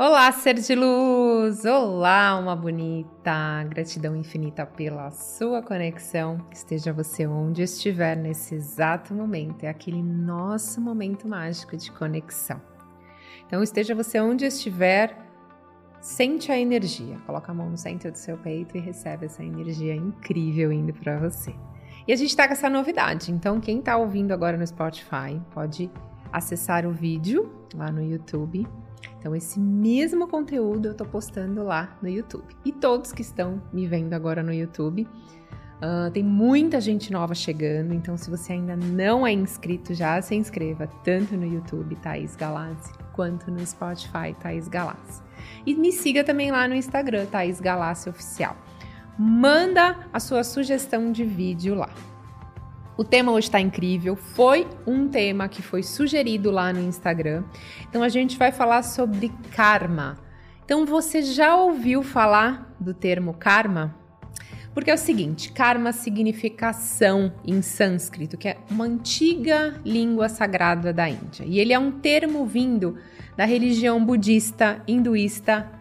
Olá, ser de luz! Olá, alma bonita! Gratidão infinita pela sua conexão. Esteja você onde estiver nesse exato momento. É aquele nosso momento mágico de conexão. Então, esteja você onde estiver, sente a energia. Coloca a mão no centro do seu peito e recebe essa energia incrível indo para você. E a gente tá com essa novidade. Então, quem tá ouvindo agora no Spotify pode acessar o vídeo lá no YouTube. Então, esse mesmo conteúdo eu tô postando lá no YouTube. E todos que estão me vendo agora no YouTube, tem muita gente nova chegando. Então, se você ainda não é inscrito, já se inscreva tanto no YouTube, Thaís Galassi, quanto no Spotify, Thaís Galassi. E me siga também lá no Instagram, Thaís Galassi Oficial. Manda a sua sugestão de vídeo lá. O tema hoje está incrível, foi um tema que foi sugerido lá no Instagram. Então a gente vai falar sobre karma. Então você já ouviu falar do termo karma? Porque é o seguinte, karma significa ação em sânscrito, que é uma antiga língua sagrada da Índia. E ele é um termo vindo da religião budista, hinduísta,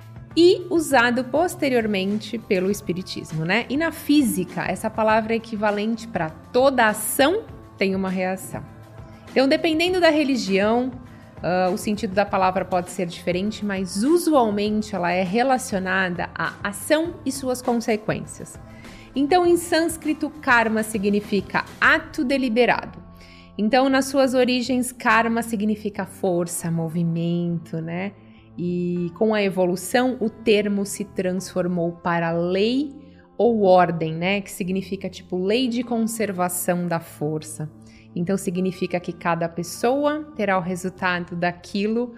e usado posteriormente pelo espiritismo, né? E na física, essa palavra é equivalente para toda ação tem uma reação. Então, dependendo da religião, o sentido da palavra pode ser diferente, mas usualmente ela é relacionada à ação e suas consequências. Então, em sânscrito, karma significa ato deliberado. Então, nas suas origens, karma significa força, movimento, né? E com a evolução, o termo se transformou para lei ou ordem, né? Que significa tipo lei de conservação da força. Então, significa que cada pessoa terá o resultado daquilo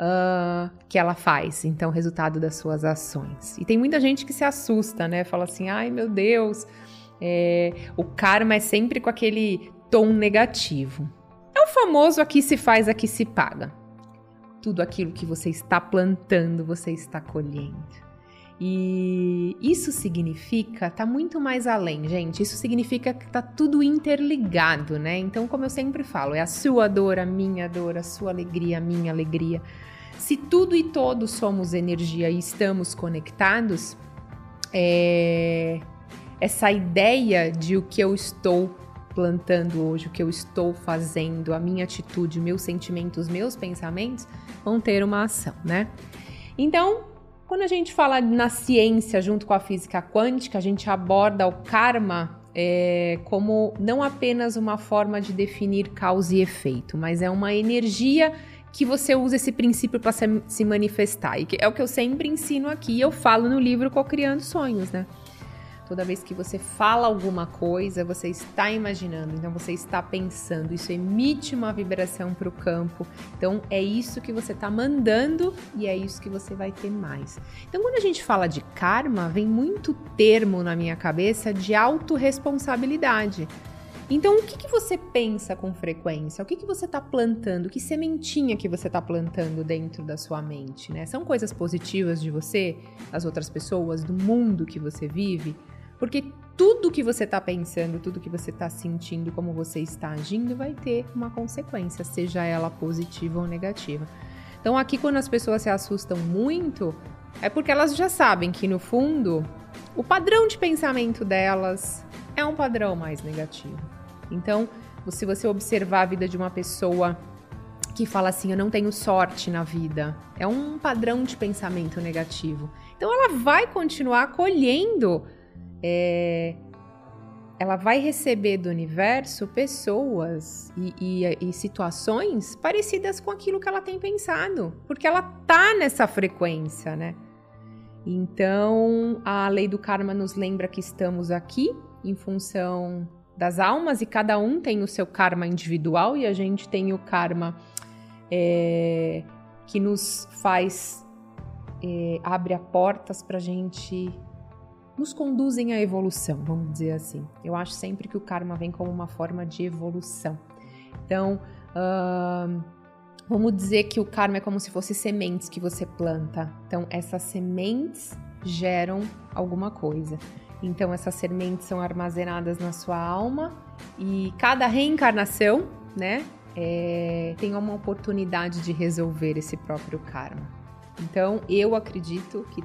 que ela faz. Então, o resultado das suas ações. E tem muita gente que se assusta, né? Fala assim, ai meu Deus, o karma é sempre com aquele tom negativo. É o famoso aqui se faz, aqui se paga. Tudo aquilo que você está plantando, você está colhendo. E isso significa, tá muito mais além, gente. Isso significa que tá tudo interligado, né? Então, como eu sempre falo, é a sua dor, a minha dor, a sua alegria, a minha alegria. Se tudo e todos somos energia e estamos conectados, essa ideia de o que eu estou plantando hoje, o que eu estou fazendo, a minha atitude, meus sentimentos, meus pensamentos vão ter uma ação, né? Então, quando a gente fala na ciência junto com a física quântica, a gente aborda o karma como não apenas uma forma de definir causa e efeito, mas é uma energia que você usa esse princípio para se manifestar. E é o que eu sempre ensino aqui, eu falo no livro Co-Criando Sonhos, né? Toda vez que você fala alguma coisa, você está imaginando, então você está pensando, isso emite uma vibração para o campo, então é isso que você está mandando e é isso que você vai ter mais. Então quando a gente fala de karma, vem muito termo na minha cabeça de autorresponsabilidade. Então o que você pensa com frequência? O que você está plantando? Que sementinha que você está plantando dentro da sua mente, né? São coisas positivas de você, das outras pessoas, do mundo que você vive? Porque tudo que você está pensando, tudo que você está sentindo, como você está agindo, vai ter uma consequência, seja ela positiva ou negativa. Então aqui quando as pessoas se assustam muito, é porque elas já sabem que no fundo, o padrão de pensamento delas é um padrão mais negativo. Então, se você observar a vida de uma pessoa que fala assim, eu não tenho sorte na vida, é um padrão de pensamento negativo. Então ela vai continuar colhendo, ela vai receber do universo pessoas e situações parecidas com aquilo que ela tem pensado, porque ela tá nessa frequência, né? Então, a lei do karma nos lembra que estamos aqui em função das almas e cada um tem o seu karma individual e a gente tem o karma que nos faz, abre portas pra gente, nos conduzem à evolução, vamos dizer assim. Eu acho sempre que o karma vem como uma forma de evolução. Então, vamos dizer que o karma é como se fossem sementes que você planta. Então, essas sementes geram alguma coisa. Então, essas sementes são armazenadas na sua alma e cada reencarnação, né, tem uma oportunidade de resolver esse próprio karma. Então, eu acredito que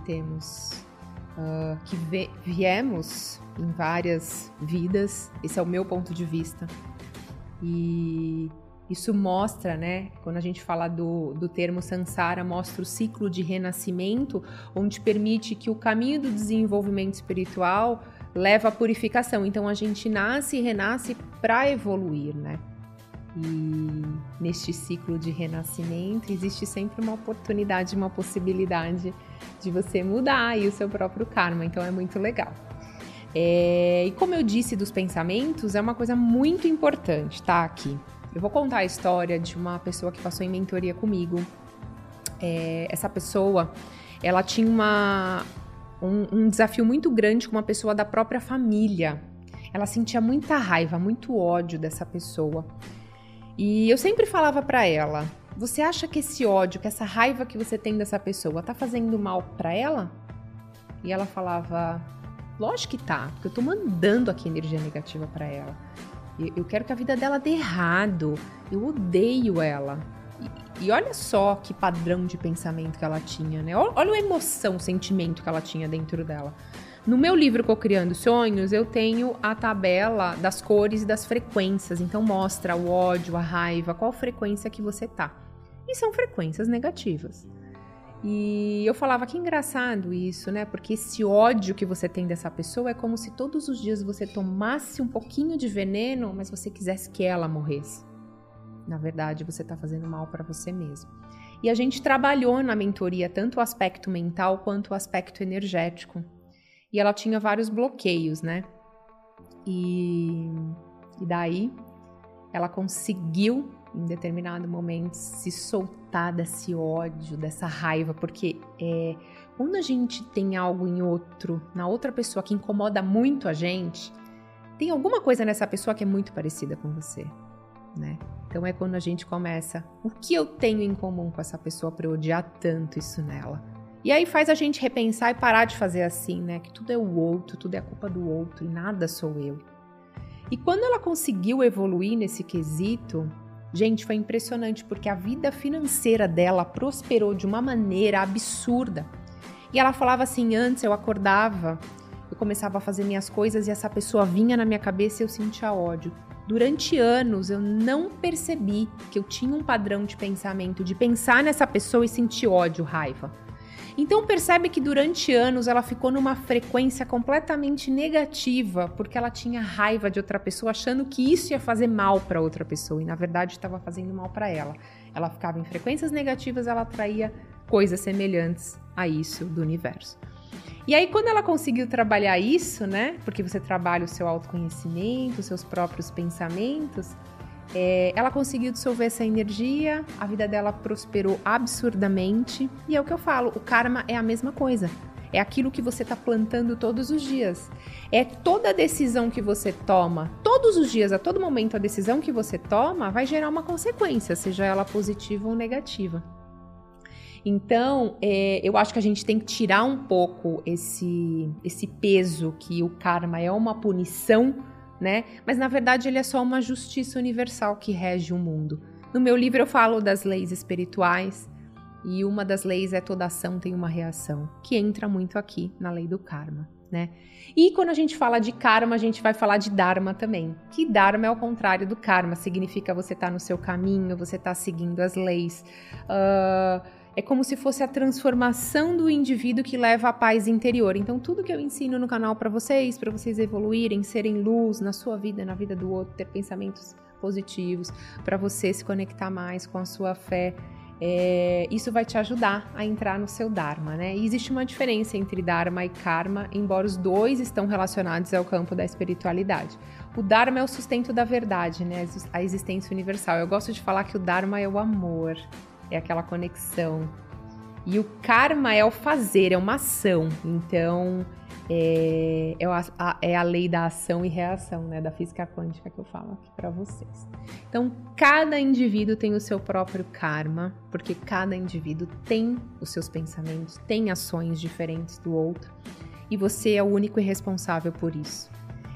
viemos em várias vidas, esse é o meu ponto de vista, e isso mostra, né, quando a gente fala do termo Sansara, mostra o ciclo de renascimento, onde permite que o caminho do desenvolvimento espiritual leva à purificação. Então, a gente nasce e renasce para evoluir, né? E neste ciclo de renascimento existe sempre uma oportunidade, uma possibilidade de você mudar aí o seu próprio karma, então é muito legal. E como eu disse dos pensamentos, é uma coisa muito importante, tá? Aqui. Eu vou contar a história de uma pessoa que passou em mentoria comigo. Essa pessoa, ela tinha um desafio muito grande com uma pessoa da própria família. Ela sentia muita raiva, muito ódio dessa pessoa. E eu sempre falava pra ela, você acha que esse ódio, que essa raiva que você tem dessa pessoa tá fazendo mal pra ela? E ela falava, lógico que tá, porque eu tô mandando aqui energia negativa pra ela. Eu quero que a vida dela dê errado, eu odeio ela. E olha só que padrão de pensamento que ela tinha, né? Olha a emoção, o sentimento que ela tinha dentro dela. No meu livro Co-Criando Sonhos, eu tenho a tabela das cores e das frequências. Então, mostra o ódio, a raiva, qual frequência que você tá. E são frequências negativas. E eu falava, que engraçado isso, né? Porque esse ódio que você tem dessa pessoa é como se todos os dias você tomasse um pouquinho de veneno, mas você quisesse que ela morresse. Na verdade, você tá fazendo mal para você mesmo. E a gente trabalhou na mentoria tanto o aspecto mental quanto o aspecto energético. E ela tinha vários bloqueios, né? E daí ela conseguiu, em determinado momento, se soltar desse ódio, dessa raiva, porque quando a gente tem algo na outra pessoa que incomoda muito a gente, tem alguma coisa nessa pessoa que é muito parecida com você, né? Então é quando a gente começa, o que eu tenho em comum com essa pessoa para eu odiar tanto isso nela? E aí faz a gente repensar e parar de fazer assim, né? Que tudo é o outro, tudo é a culpa do outro e nada sou eu. E quando ela conseguiu evoluir nesse quesito, gente, foi impressionante, porque a vida financeira dela prosperou de uma maneira absurda. E ela falava assim, antes eu acordava, eu começava a fazer minhas coisas e essa pessoa vinha na minha cabeça e eu sentia ódio. Durante anos eu não percebi que eu tinha um padrão de pensamento, de pensar nessa pessoa e sentir ódio, raiva. Então percebe que durante anos ela ficou numa frequência completamente negativa, porque ela tinha raiva de outra pessoa, achando que isso ia fazer mal para outra pessoa, e na verdade estava fazendo mal para ela. Ela ficava em frequências negativas, ela atraía coisas semelhantes a isso do universo. E aí quando ela conseguiu trabalhar isso, né, porque você trabalha o seu autoconhecimento, os seus próprios pensamentos, ela conseguiu dissolver essa energia, a vida dela prosperou absurdamente. E é o que eu falo, o karma é a mesma coisa. É aquilo que você está plantando todos os dias. É toda decisão que você toma, todos os dias, a todo momento, a decisão que você toma vai gerar uma consequência, seja ela positiva ou negativa. Então, eu acho que a gente tem que tirar um pouco esse peso que o karma é uma punição, né? Mas na verdade ele é só uma justiça universal que rege o mundo. No meu livro eu falo das leis espirituais e uma das leis é toda ação tem uma reação, que entra muito aqui na lei do karma, né? E quando a gente fala de karma, a gente vai falar de dharma também, que dharma é o contrário do karma, significa você tá no seu caminho, você tá seguindo as leis, é como se fosse a transformação do indivíduo que leva à paz interior. Então, tudo que eu ensino no canal para vocês evoluírem, serem luz na sua vida, na vida do outro, ter pensamentos positivos, para você se conectar mais com a sua fé, isso vai te ajudar a entrar no seu Dharma, né? E existe uma diferença entre Dharma e Karma, embora os dois estão relacionados ao campo da espiritualidade. O Dharma é o sustento da verdade, né? A existência universal. Eu gosto de falar que o Dharma é o amor, é aquela conexão. E o karma é o fazer, é uma ação. Então, é a lei da ação e reação, né? Da física quântica que eu falo aqui para vocês. Então, cada indivíduo tem o seu próprio karma, porque cada indivíduo tem os seus pensamentos, tem ações diferentes do outro. E você é o único e responsável por isso.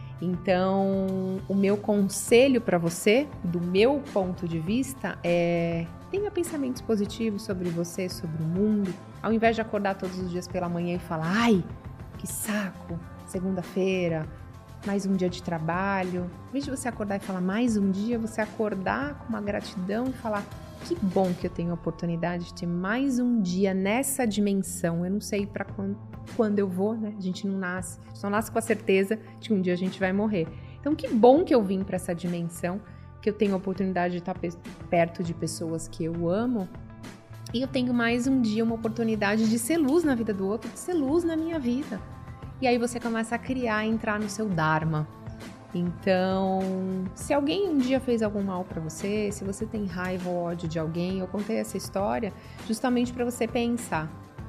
Então, o meu conselho para você, do meu ponto de vista, tenha pensamentos positivos sobre você, sobre o mundo. Ao invés de acordar todos os dias pela manhã e falar, ai, que saco, segunda-feira, mais um dia de trabalho. Em vez de você acordar e falar mais um dia, você acordar com uma gratidão e falar, que bom que eu tenho a oportunidade de ter mais um dia nessa dimensão. Eu não sei para quando eu vou, né? A gente não nasce, só nasce com a certeza de que um dia a gente vai morrer. Então, que bom que eu vim para essa dimensão, que eu tenho a oportunidade de estar perto de pessoas que eu amo. E eu tenho mais um dia uma oportunidade de ser luz na vida do outro, de ser luz na minha vida. E aí você começa a criar, entrar no seu Dharma. Então, se alguém um dia fez algum mal para você, se você tem raiva ou ódio de alguém, eu contei essa história justamente para você pensar.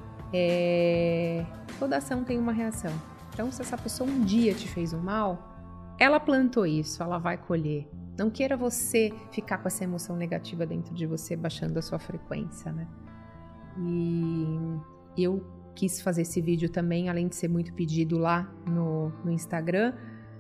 Toda ação tem uma reação. Então, se essa pessoa um dia te fez um mal, ela plantou isso, ela vai colher. Não queira você ficar com essa emoção negativa dentro de você, baixando a sua frequência, né? E eu quis fazer esse vídeo também, além de ser muito pedido lá no Instagram,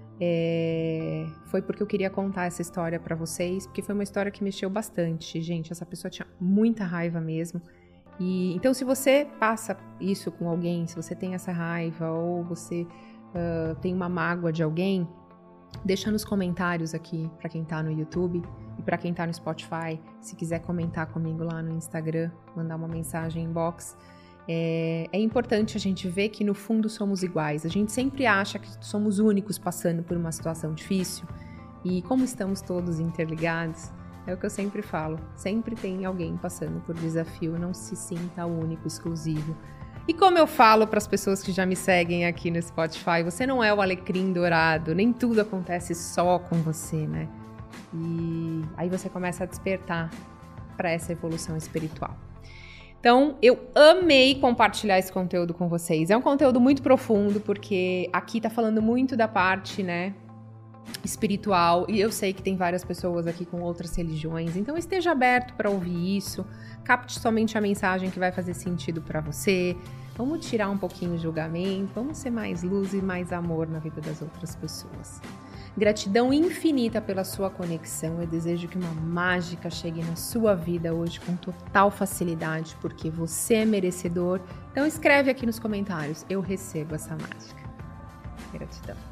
foi porque eu queria contar essa história pra vocês, porque foi uma história que mexeu bastante, gente. Essa pessoa tinha muita raiva mesmo. E então, se você passa isso com alguém, se você tem essa raiva ou você tem uma mágoa de alguém, deixa nos comentários aqui para quem tá no YouTube e para quem tá no Spotify. Se quiser comentar comigo lá no Instagram, mandar uma mensagem inbox. É importante a gente ver que no fundo somos iguais. A gente sempre acha que somos únicos passando por uma situação difícil. E como estamos todos interligados, é o que eu sempre falo. Sempre tem alguém passando por desafio. Não se sinta único, exclusivo. E como eu falo para as pessoas que já me seguem aqui no Spotify, você não é o alecrim dourado, nem tudo acontece só com você, né? E aí você começa a despertar para essa evolução espiritual. Então, eu amei compartilhar esse conteúdo com vocês. É um conteúdo muito profundo, porque aqui tá falando muito da parte, né, espiritual, e eu sei que tem várias pessoas aqui com outras religiões, então esteja aberto para ouvir isso, capte somente a mensagem que vai fazer sentido para você, vamos tirar um pouquinho o julgamento, vamos ser mais luz e mais amor na vida das outras pessoas. Gratidão infinita pela sua conexão, eu desejo que uma mágica chegue na sua vida hoje com total facilidade, porque você é merecedor, então escreve aqui nos comentários, eu recebo essa mágica. Gratidão.